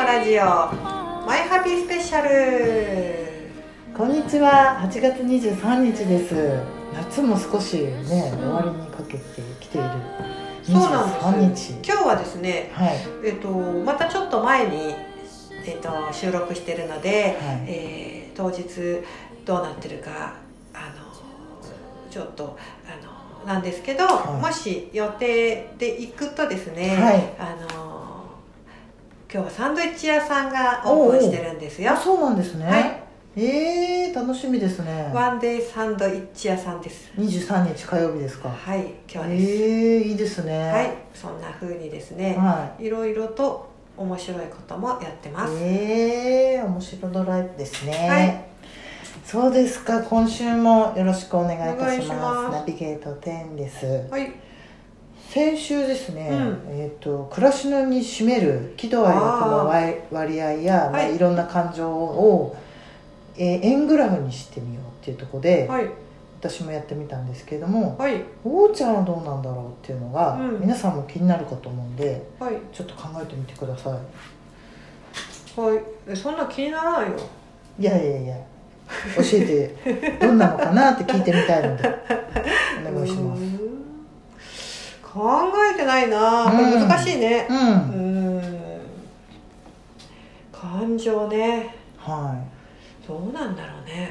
ラジオマイハピースペシャル。 こんにちは。8月23日です。夏も少しね、終わりにかけてきている23日。 今日はですね、 はい、 またちょっと前に、収録してるので、 はい、 当日どうなってるかちょっとなんですけど、 はい、 もし予定で行くとですね、 はい、 今日はサンドイッチ屋さんがオープンしてるんですよ。 そうなんですね。 はい、 楽しみですね。 ワンデイサンドイッチ屋さんです。 23日火曜日ですか。 はい、今日です。 いいですね。 はい、そんな風にですね、 はい、 いろいろと面白いこともやってます。 面白ドライブですね。 はい、 そうですか。今週もよろしくお願いいたします。ナビゲート10です。 はい。 先週ですね、暮らしに占める喜怒哀楽の割合や、 はい、 いろんな感情を、円グラフにしてみようっていうところで、 はい、 私もやってみたんですけれども、 はい、 おーちゃんはどうなんだろうっていうのが、皆さんも気になるかと思うんで、 はい、 ちょっと考えてみてください。 はい。そんな気にならないよ。 いや教えてどんなのかなって聞いてみたいのでお願いします。 考えてないな。これ難しいね。感情ね。 はい。 どうなんだろうね。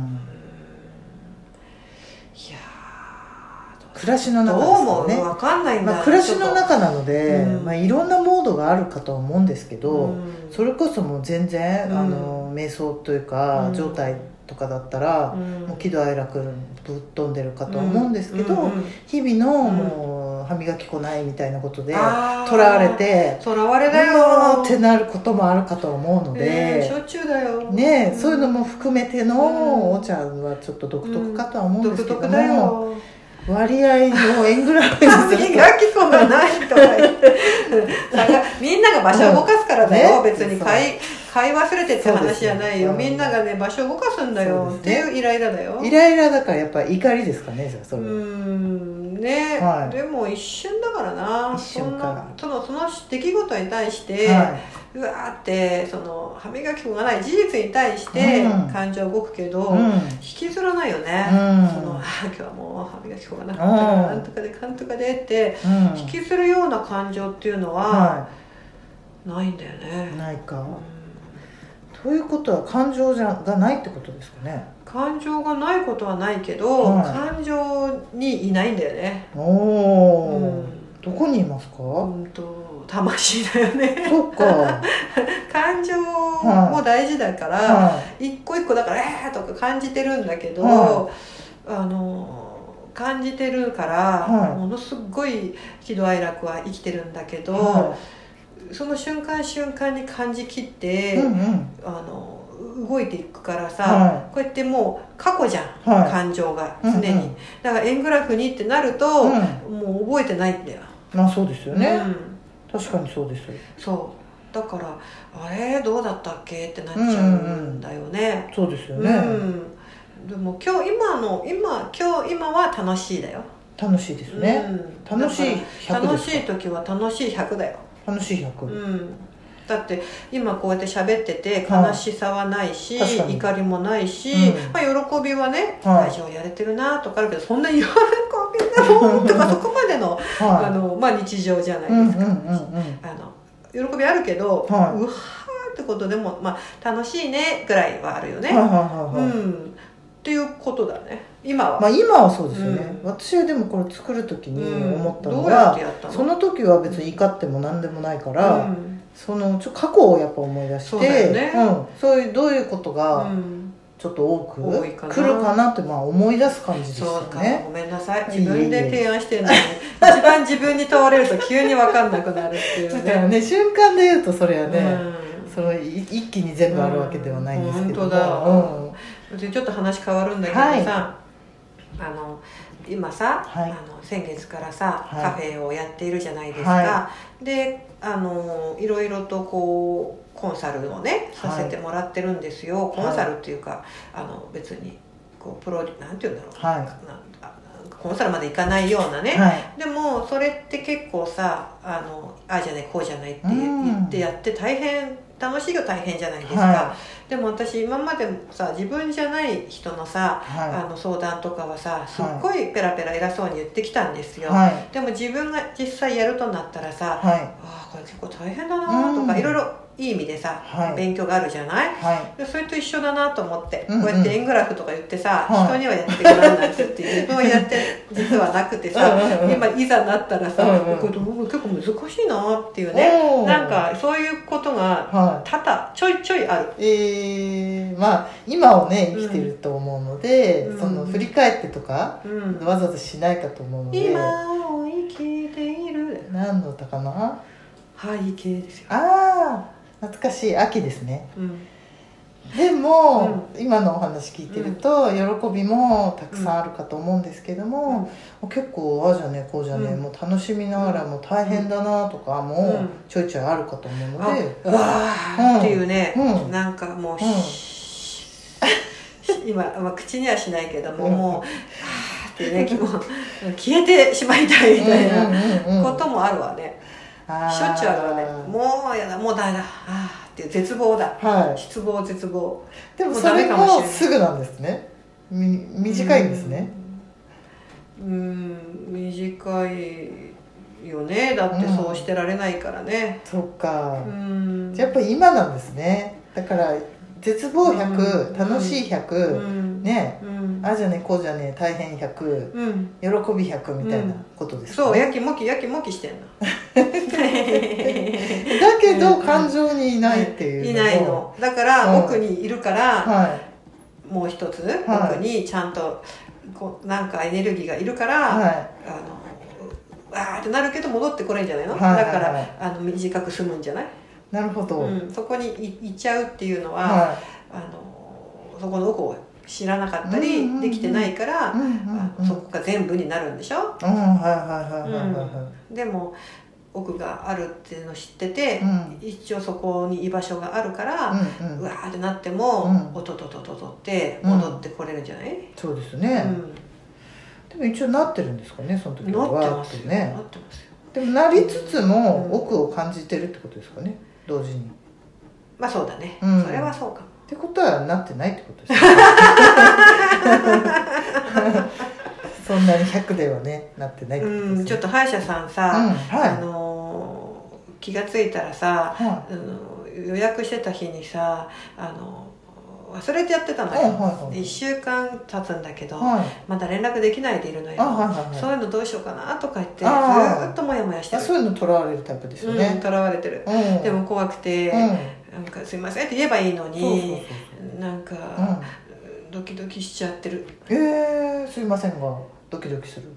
いや暮らしの中ですよね。 どうも分かんないんだ。 暮らしの中なので、いろんなモードがあるかと思うんですけど、それこそもう全然、瞑想というか、状態とかだったら、もう喜怒哀楽ぶっ飛んでるかと思うんですけど、日々のもう歯磨き粉ないみたいなことでとらわれて、 とらわれだよってなることもあるかと思うので、 しょっちゅうだよね、そういうのも含めてのお茶はちょっと独特かとは思うんですけども、割合を円グラフにすると磨き粉がないとか言ってみんなが場所を動かすからだよ、別に買い忘れてって話じゃないよ、みんながね場所を動かすんだよっていうイライラだよ。 イライラだからやっぱり怒りですかね、じゃあそれね、でも一瞬だからな。 一瞬からその出来事に対して、うわーってその歯磨き粉がない事実に対して感情動くけど、引きずらないよね。その今日はもう歯磨き粉がなかったからなんとかでかんとかでって引きずるような感情っていうのはないんだよね。 ないか。ということは感情がないってことですかね。 感情がないことはないけど、感情にいないんだよね。 どこにいますか？ 魂だよね。 そっか。 感情も大事だから、一個一個だからとか感じてるんだけど、感じてるから、ものすごい喜怒哀楽は生きてるんだけど、その瞬間瞬間に感じきって、動いていくからさ、こうやってもう過去じゃん、感情が常に、だから円グラフにってなると、もう覚えてないんだよ。 そうですよね、確かにそうです。 そうだからあれどうだったっけってなっちゃうんだよね。 そうですよね。 でも今は楽しいだよ。 楽しいですね。楽しい100ですか？ 楽しい時は楽しい100だよ。 楽しい100。 だって今こうやって喋ってて悲しさはないし、怒りもないし、喜びはね、ラジオやれてるなとかあるけど、そんな喜びだもんとかそこまでの日常じゃないですか。喜びあるけど、うわーってことでも楽しいねぐらいはあるよね。っていうことだね、今は。 今はそうですよね。私はでもこれ作る時に思ったのは、その時は別に怒っても何でもないから、その過去をやっぱ思い出して、そういうどういうことがちょっと多く来るかなって思い出す感じですよね。 ごめんなさい、自分で提案してるのに一番自分に問われると急に分かんなくなるっていうね。 だからね、瞬間で言うとそれはね、その一気に全部あるわけではないんですけども、 ちょっと話変わるんだけどさ、今さ、先月からさ、カフェをやっているじゃないですか。でいろいろとこうコンサルをねさせてもらってるんですよ。コンサルっていうか別にこうなんていうんだろう、コンサルまでいかないようなね、でもそれって結構さあじゃないこうじゃないって言ってやって大楽しいが大変じゃないですか、でも私今までさ自分じゃない人のさ、相談とかはさすっごいペラペラ偉そうに言ってきたんですよ、でも自分が実際やるとなったらさ、これ結構大変だなとか、いろいろいい意味でさ、勉強があるじゃない、でそれと一緒だなと思って、こうやって円グラフとか言ってさ、人にはやってごらんなんてって自分はやって実はなくてさ今いざなったらさ、これ結構難しいなっていうね、なんかそういうことが多々ちょいちょいある。 まあ今をね生きてると思うので、その振り返ってとか、わざわざしないかと思うので、 今を生きている何の歌かな、 背景ですよ。 懐かしい、秋ですね、でも、今のお話聞いてると、喜びもたくさんあるかと思うんですけども、結構ああじゃねこうじゃね、もう楽しみながらも大変だなとかもちょいちょいあるかと思うので、 っていうね、なんかもう今、口にはしないけども、もうってね消えてしまいたいみたいなこともあるわね。しょっちゅうあるわね。もうやだ、もうダメだっていう絶望だ、失望絶望。 でもそれもすぐなんですね。短いんですね。 短いよね。だってそうしてられないからね。 そっか。やっぱり今なんですね。だから絶望100、楽しい100、ね、あじゃねこうじゃね大変100、喜び100みたいなことですかね。 そう、やきもきしてんの。 だけど感情にいないっていう。 いないの。だから奥にいるから、もう一つ奥にちゃんとなんかエネルギーがいるから、わーってなるけど戻ってこれんじゃないの。だから短く済むんじゃない。 なるほど、 そこに行っちゃうっていうのは、そこの奥を知らなかったりできてないから、そこが全部になるんでしょ。でも奥があるっていうのを知ってて、一応そこに居場所があるから、うわーってなっても、おとととととって戻ってこれるんじゃない。 そうですね、でも一応なってるんですかね、その時は。 なってますよね。 でもなりつつも奥を感じてるってことですかね、同時に。 まあそうだね、それはそうかも。 ってことはなってないってことですね。そんなに100ではねなってないってことですね。 ちょっと歯医者さんさ、気がついたらさ、予約してた日にさ忘れてやってたのよ、1週間経つんだけど、まだ連絡できないでいるのよ、そういうのどうしようかなとか言ってずーっとモヤモヤしてる。 そういうのとらわれるタイプですよね。 とらわれてる、でも怖くて、なんかすいませんって言えばいいのに、なんかドキドキしちゃってる。 すいませんがドキドキする。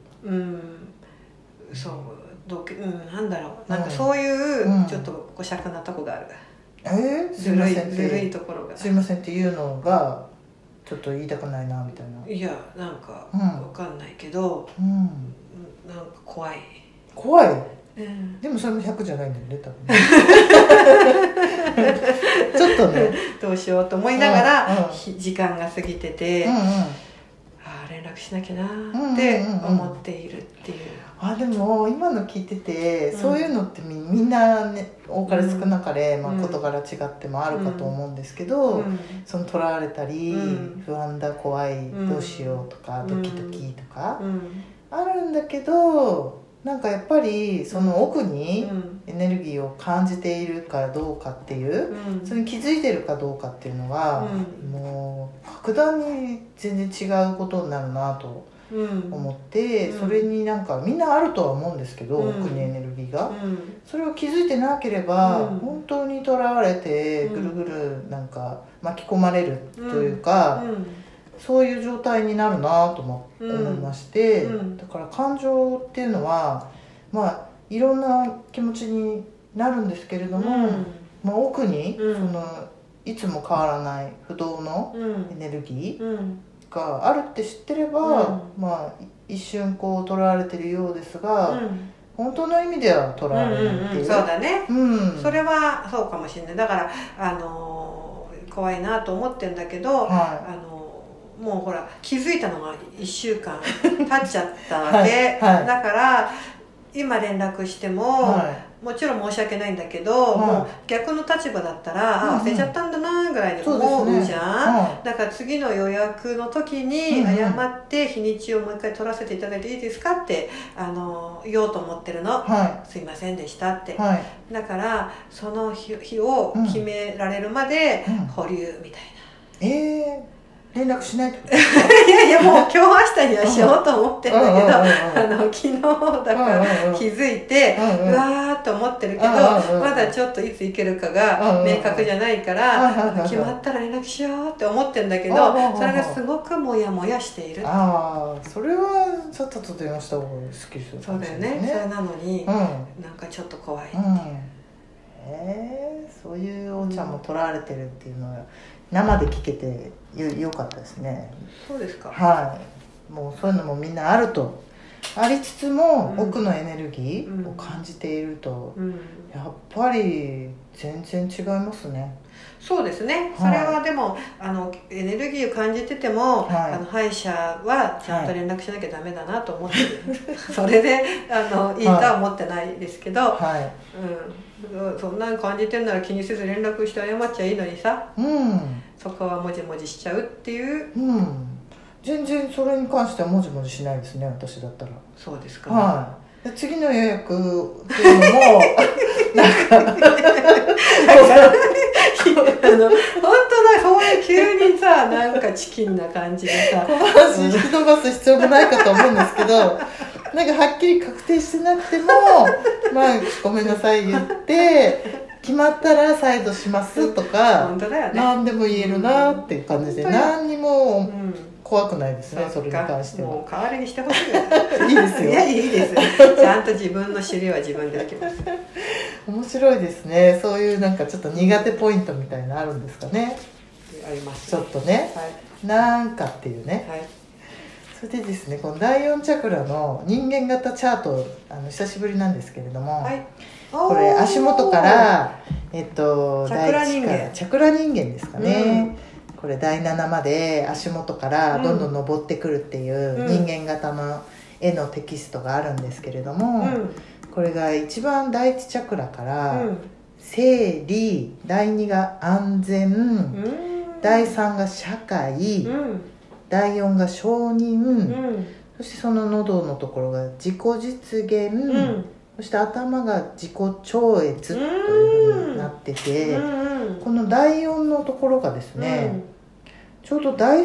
そうなんだろう、なんかそういうちょっとこしゃくなとこがある。 すいませんってずるいところが、 すいませんっていうのがちょっと言いたくないなみたいな。 いやなんかわかんないけど、なんか怖い、でもそれも100じゃないんだよね多分ね。ちょっとねどうしようと思いながら、時間が過ぎてて、連絡しなきゃなって思っているっていう。 でも今の聞いてて、そういうのってみんなね多かれ少なかれ、事柄違ってもあるかと思うんですけど、そのとらわれたり、不安だ怖い、どうしようとか、ドキドキとか、あるんだけど、なんかやっぱりその奥にエネルギーを感じているかどうかっていう、それに気づいてるかどうかっていうのは、もう格段に全然違うことになるなと思って、それになんかみんなあるとは思うんですけど、奥にエネルギーが、それを気づいてなければ、本当にとらわれてぐるぐるなんか巻き込まれるというか、そういう状態になるなと思いまして、だから感情っていうのはいろんな気持ちになるんですけれども、奥にそのいつも変わらない不動のエネルギーがあるって知ってれば、一瞬こうとらわれてるようですが、本当の意味ではとらわれないっていう。 そうだね、それはそうかもしれない。だから怖いなと思ってんだけど、もうほら気づいたのが1週間経っちゃったわけだから今連絡しても、もちろん申し訳ないんだけど、もう逆の立場だったら、忘れちゃったんだなぐらいに思うじゃん、だから次の予約の時に謝って日にちをもう一回取らせていただいていいですかって言おうと思ってるの、すいませんでしたって、だからその日を決められるまで保留みたいな、 連絡しないといやいや、もう今日明日にはしようと思ってるんだけど、昨日だから気づいて、うわーっと思ってるけど、まだちょっといつ行けるかが明確じゃないから、決まったら連絡しようって思ってるんだけど、それがすごくモヤモヤしている。 それはさっさと電話した方が好きですよね。 そうだよね。それなのに、なんかちょっと怖い。 そういうお茶も取られてるっていうのは生で聞けてよかったですね。 そうですか。 もうそういうのもみんなあるとありつつも、奥のエネルギーを感じていると、やっぱり全然違いますね。 そうですね、それはでもエネルギーを感じてても、歯医者はちゃんと連絡しなきゃダメだなと思ってる、それでいいとは思ってないですけど、そんなん感じてるなら気にせず連絡して謝っちゃいいのにさ、そこはもじもじしちゃうっていう、 全然それに関してはもじもじしないですね、私だったら。 そうですか、 次の予約っていうのもなんか本当だ、そういう急にさ、なんかチキンな感じでさ、 この話引き伸ばす必要もないかと思うんですけど、なんかはっきり確定してなくても、ごめんなさい言って決まったら再度しますとか、 本当だよね、 何でも言えるなっていう感じで、何にも怖くないですね、それに関しては。 もう代わりにしてほしいよいいですよ。 いや、いいです。ちゃんと自分の尻は自分で拭きます。 面白いですね。そういうなんかちょっと苦手ポイントみたいなのあるんですかね。 あります。 ちょっとね、なんかっていうね。それでですね、この第4チャクラの人間型チャート、久しぶりなんですけれども、これ足元からチャクラ人間、チャクラ人間ですかね。これ第7まで足元からどんどん登ってくるっていう人間型の絵のテキストがあるんですけれども、これが一番第1チャクラから整理、第2が安全、第3が社会、第4が承認、そしてその喉のところが自己実現、そして頭が自己超越というふうになってて、この第4のところがですね、ちょうど第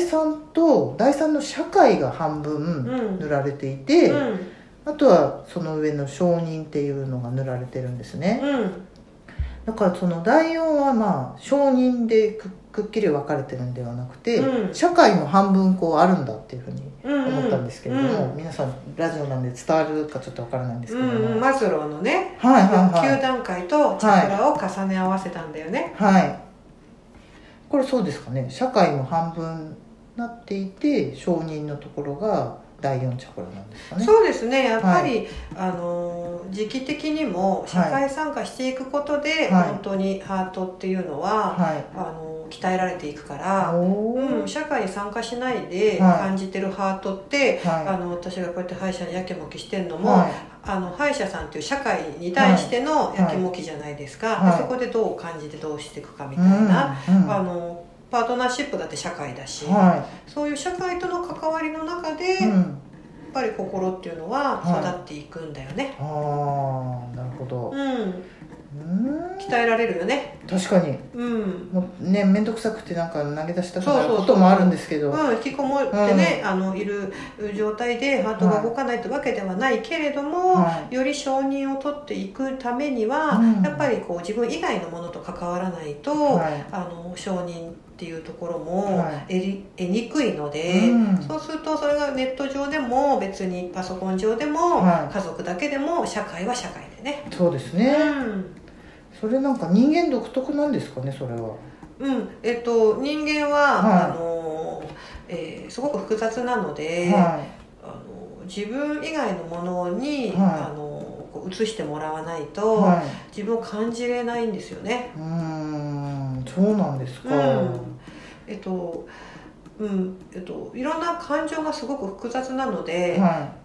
3の社会が半分塗られていて、あとはその上の承認っていうのが塗られてるんですね、だからその第4は承認でくっきり分かれてるんではなくて、社会も半分こうあるんだっていうふうに思ったんですけれども、皆さんラジオなんで伝わるかちょっと分からないんですけども、 マズローのね、9段階とチャクラを重ね合わせたんだよね。 これそうですかね。社会も半分なっていて、承認のところが第4チャクラなんですかね。 そうですね、やっぱり、時期的にも社会参加していくことで、本当にハートっていうのは、鍛えられていくから、社会に参加しないで感じてるハートって、私がこうやって歯医者にやきもきしてるのも、歯医者さんっていう社会に対してのやきもきじゃないですか、でそこでどう感じてどうしていくかみたいな、パートナーシップだって社会だし、そういう社会との関わりの中で、やっぱり心っていうのは育っていくんだよね。 なるほど。 鍛えられるよね。 確かに。もうね、面倒くさくてなんか投げ出したくなることもあるんですけど、 引きこもってね、いる状態でハートが動かないってわけではないけれども、より承認を取っていくためには、やっぱりこう自分以外のものと関わらないと、承認っていうところも得にくいので、そうするとそれがネット上でも別にパソコン上でも、家族だけでも社会は社会でね。 そうですね。それなんか人間独特なんですかね、それは。 人間は、すごく複雑なので、自分以外のものに、移してもらわないと、自分を感じれないんですよね。 そうなんですか。 いろんな感情がすごく複雑なので、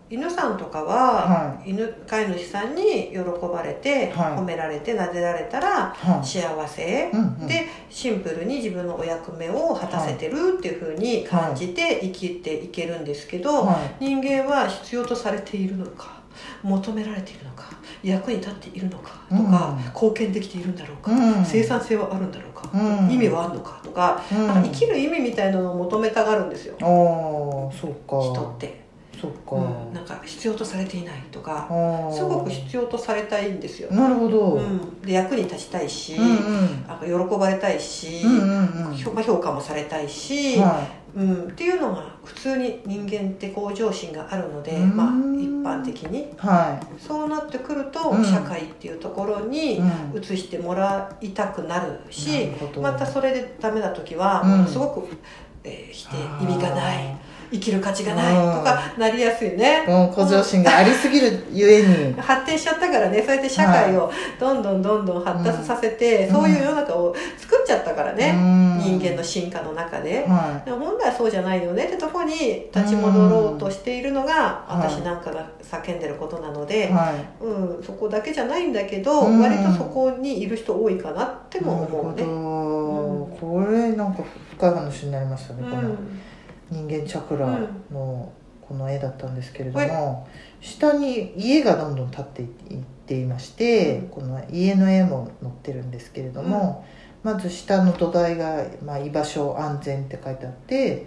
犬さんとかは、犬飼い主さんに喜ばれて、褒められて撫でられたら幸せ、でシンプルに自分のお役目を果たせてるっていう風に感じて生きていけるんですけど、人間は必要とされているのか、求められているのか、役に立っているのかとか、貢献できているんだろうか、生産性はあるんだろうか、意味はあるのかとか、なんか生きる意味みたいなのを求めたがるんですよ。 そうか。 人ってなんか必要とされていないとか、すごく必要とされたいんですよ。 なるほど。 で役に立ちたいし、喜ばれたいし、評価もされたいし、っていうのが普通に人間って向上心があるので、一般的に、そうなってくると、社会っていうところに移してもらいたくなるし、またそれでダメな時はものすごく、否定、意味がない、生きる価値がないとかなりやすいね。 向上心がありすぎるゆえに発展しちゃったからね。そうやって社会をどんどん発達させて、そういう世の中を作っちゃったからね、人間の進化の中で、でも本来はそうじゃないよねってとこに立ち戻ろうとしているのが、私なんかが叫んでることなので、そこだけじゃないんだけど、割とそこにいる人多いかなっても思うね。 これなんか深い話になりましたね。この人間チャクラのこの絵だったんですけれども、下に家がどんどん建っていっていまして、この家の絵も載ってるんですけれども、まず下の土台が、居場所安全って書いてあって、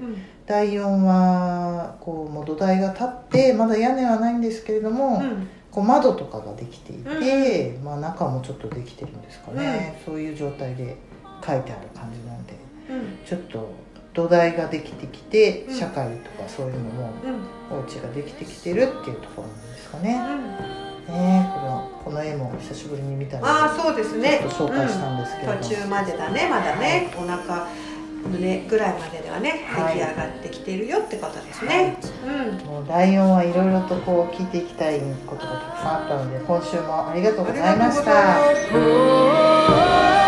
第4はこうもう土台が立ってまだ屋根はないんですけれども、こう窓とかができていて、中もちょっとできてるんですかね、そういう状態で書いてある感じなんで、ちょっと土台ができてきて、社会とかそういうのも、お家ができてきてるっていうところなんですかね。この絵も久しぶりに見たので、 そうですね、 ちょっと紹介したんですけど、 途中までだね、まだね、お腹胸ぐらいまでではね、出来上がってきているよってことですね。 もう第4はいろいろとこう聞いていきたいことがたくさんあったので、今週もありがとうございました。